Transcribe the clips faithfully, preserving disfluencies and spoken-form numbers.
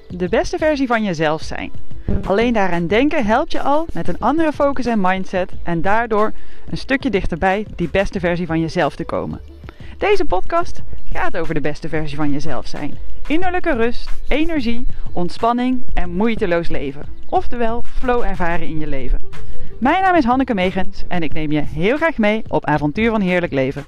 de beste versie van jezelf zijn. Alleen daaraan denken helpt je al met een andere focus en mindset en daardoor een stukje dichterbij die beste versie van jezelf te komen. Deze podcast gaat over de beste versie van jezelf zijn. Innerlijke rust, energie, ontspanning en moeiteloos leven. Oftewel flow ervaren in je leven. Mijn naam is Hanneke Megens en ik neem je heel graag mee op avontuur van heerlijk leven.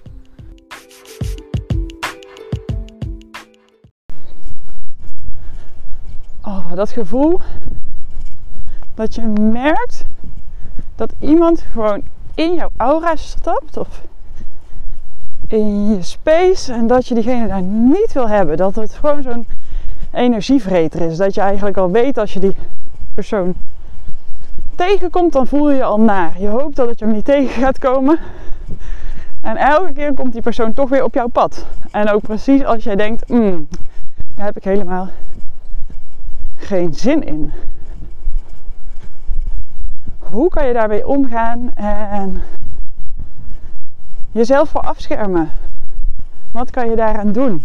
Oh, dat gevoel dat je merkt dat iemand gewoon in jouw aura stapt of in je space en dat je diegene daar niet wil hebben. Dat het gewoon zo'n energievreter is. Dat je eigenlijk al weet als je die persoon tegenkomt, dan voel je je al naar. Je hoopt dat het je hem niet tegen gaat komen. En elke keer komt die persoon toch weer op jouw pad. En ook precies als jij denkt, mm, daar heb ik helemaal geen zin in. Hoe kan je daarmee omgaan en jezelf voor afschermen? Wat kan je daaraan doen?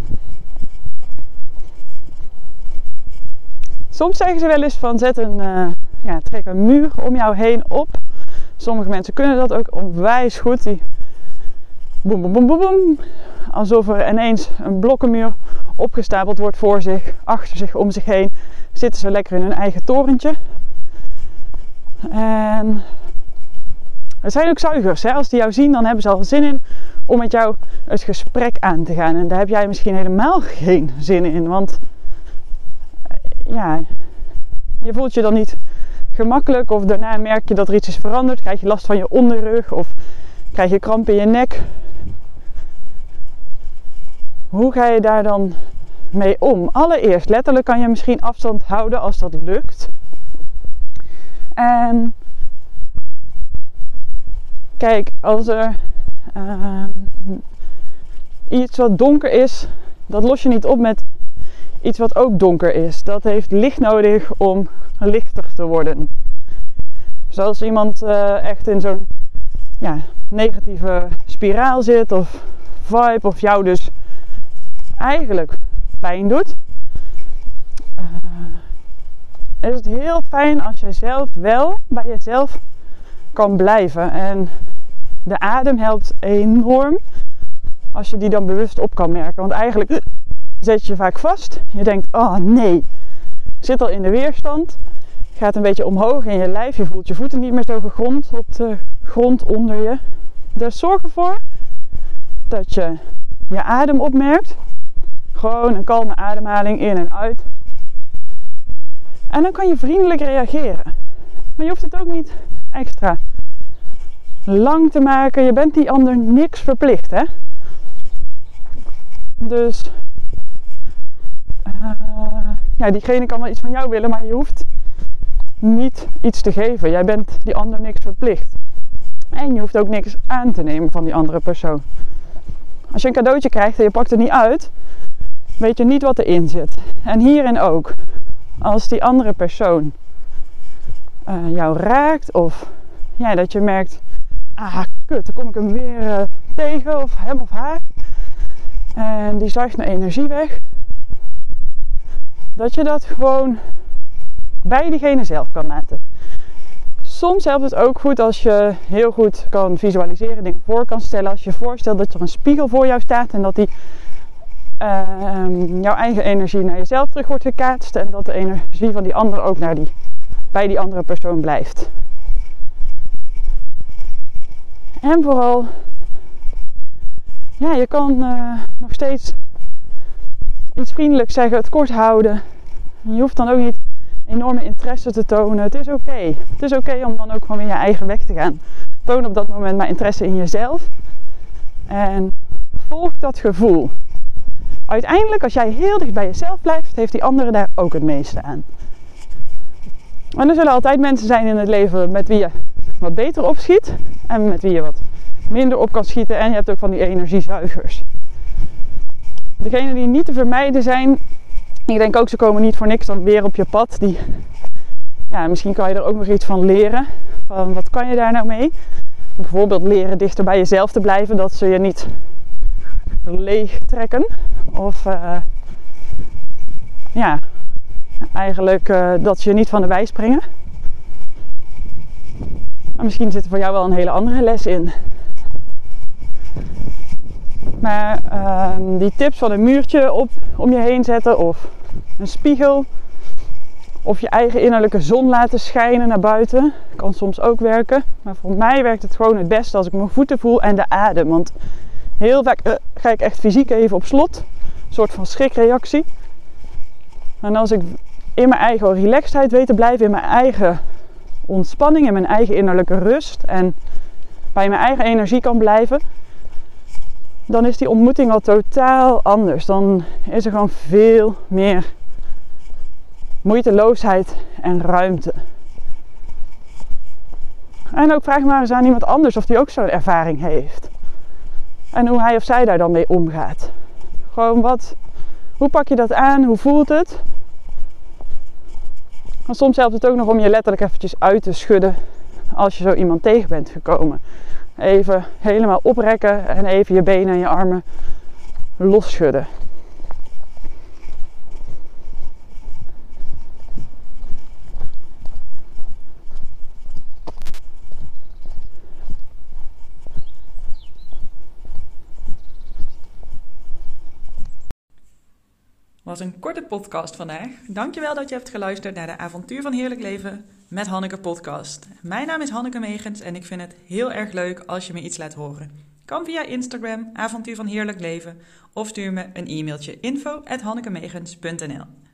Soms zeggen ze wel eens van zet een, uh, ja, trek een muur om jou heen op. Sommige mensen kunnen dat ook onwijs goed. Die boem, boem, boem, boem, boem. Alsof er ineens een blokkenmuur opgestapeld wordt voor zich, achter zich, om zich heen. Zitten ze lekker in hun eigen torentje. En er zijn ook zuigers. Hè? Als die jou zien, dan hebben ze al zin in om met jou het gesprek aan te gaan. En daar heb jij misschien helemaal geen zin in. Want ja, je voelt je dan niet gemakkelijk. Of daarna merk je dat er iets is veranderd. Krijg je last van je onderrug. Of krijg je kramp in je nek. Hoe ga je daar dan mee om? Allereerst, letterlijk kan je misschien afstand houden als dat lukt. En kijk, als er uh, iets wat donker is, dat los je niet op met iets wat ook donker is. Dat heeft licht nodig om lichter te worden. Zoals iemand uh, echt in zo'n ja, negatieve spiraal zit of vibe of jou dus eigenlijk pijn doet. Uh, is het heel fijn als jij zelf wel bij jezelf kan blijven. En de adem helpt enorm als je die dan bewust op kan merken. Want eigenlijk zet je je vaak vast. Je denkt, oh nee, zit al in de weerstand. Gaat een beetje omhoog in je lijf. Je voelt je voeten niet meer zo gegrond op de grond onder je. Dus zorg ervoor dat je je adem opmerkt. Gewoon een kalme ademhaling in en uit. En dan kan je vriendelijk reageren. Maar je hoeft het ook niet extra lang te maken. Je bent die ander niks verplicht, hè. Dus uh, ja, diegene kan wel iets van jou willen, maar je hoeft niet iets te geven. Jij bent die ander niks verplicht. En je hoeft ook niks aan te nemen van die andere persoon. Als je een cadeautje krijgt en je pakt het niet uit, weet je niet wat erin zit. En hierin ook. Als die andere persoon uh, jou raakt of ja, dat je merkt, ah kut, dan kom ik hem weer uh, tegen of hem of haar. En die zuigt mijn energie weg. Dat je dat gewoon bij diegene zelf kan laten. Soms helpt het ook goed als je heel goed kan visualiseren, dingen voor kan stellen. Als je je voorstelt dat er een spiegel voor jou staat en dat die uh, jouw eigen energie naar jezelf terug wordt gekaatst. En dat de energie van die ander ook naar die, bij die andere persoon blijft. En vooral, ja, je kan uh, nog steeds iets vriendelijks zeggen, het kort houden. Je hoeft dan ook niet enorme interesse te tonen. Het is oké. Okay. Het is oké okay om dan ook gewoon weer je eigen weg te gaan. Toon op dat moment maar interesse in jezelf. En volg dat gevoel. Uiteindelijk, als jij heel dicht bij jezelf blijft, heeft die andere daar ook het meeste aan. En er zullen altijd mensen zijn in het leven met wie je wat beter opschiet. En met wie je wat minder op kan schieten. En je hebt ook van die energiezuigers. Degenen die niet te vermijden zijn, ik denk ook, ze komen niet voor niks dan weer op je pad. Die, ja, misschien kan je er ook nog iets van leren. Van, wat kan je daar nou mee? Bijvoorbeeld leren dichter bij jezelf te blijven. Dat ze je niet leeg trekken. Of uh, ja, eigenlijk uh, dat ze je niet van de wijs springen. Maar misschien zit er voor jou wel een hele andere les in. Maar uh, die tips van een muurtje op, om je heen zetten of een spiegel. Of je eigen innerlijke zon laten schijnen naar buiten. Kan soms ook werken. Maar voor mij werkt het gewoon het beste als ik mijn voeten voel en de adem. Want heel vaak uh, ga ik echt fysiek even op slot. Een soort van schrikreactie. En als ik in mijn eigen relaxedheid weet te blijven, in mijn eigen ontspanning, in mijn eigen innerlijke rust en bij mijn eigen energie kan blijven, dan is die ontmoeting al totaal anders. Dan is er gewoon veel meer moeiteloosheid en ruimte. En ook vraag maar eens aan iemand anders of die ook zo'n ervaring heeft. En hoe hij of zij daar dan mee omgaat. Gewoon wat, hoe pak je dat aan? Hoe voelt het? En soms helpt het ook nog om je letterlijk eventjes uit te schudden als je zo iemand tegen bent gekomen. Even helemaal oprekken en even je benen en je armen losschudden. Was een korte podcast vandaag. Dankjewel dat je hebt geluisterd naar de Avontuur van Heerlijk Leven met Hanneke podcast. Mijn naam is Hanneke Megens en ik vind het heel erg leuk als je me iets laat horen. Kan via Instagram, Avontuur van Heerlijk Leven, of stuur me een e-mailtje info at hannekemegens punt n l.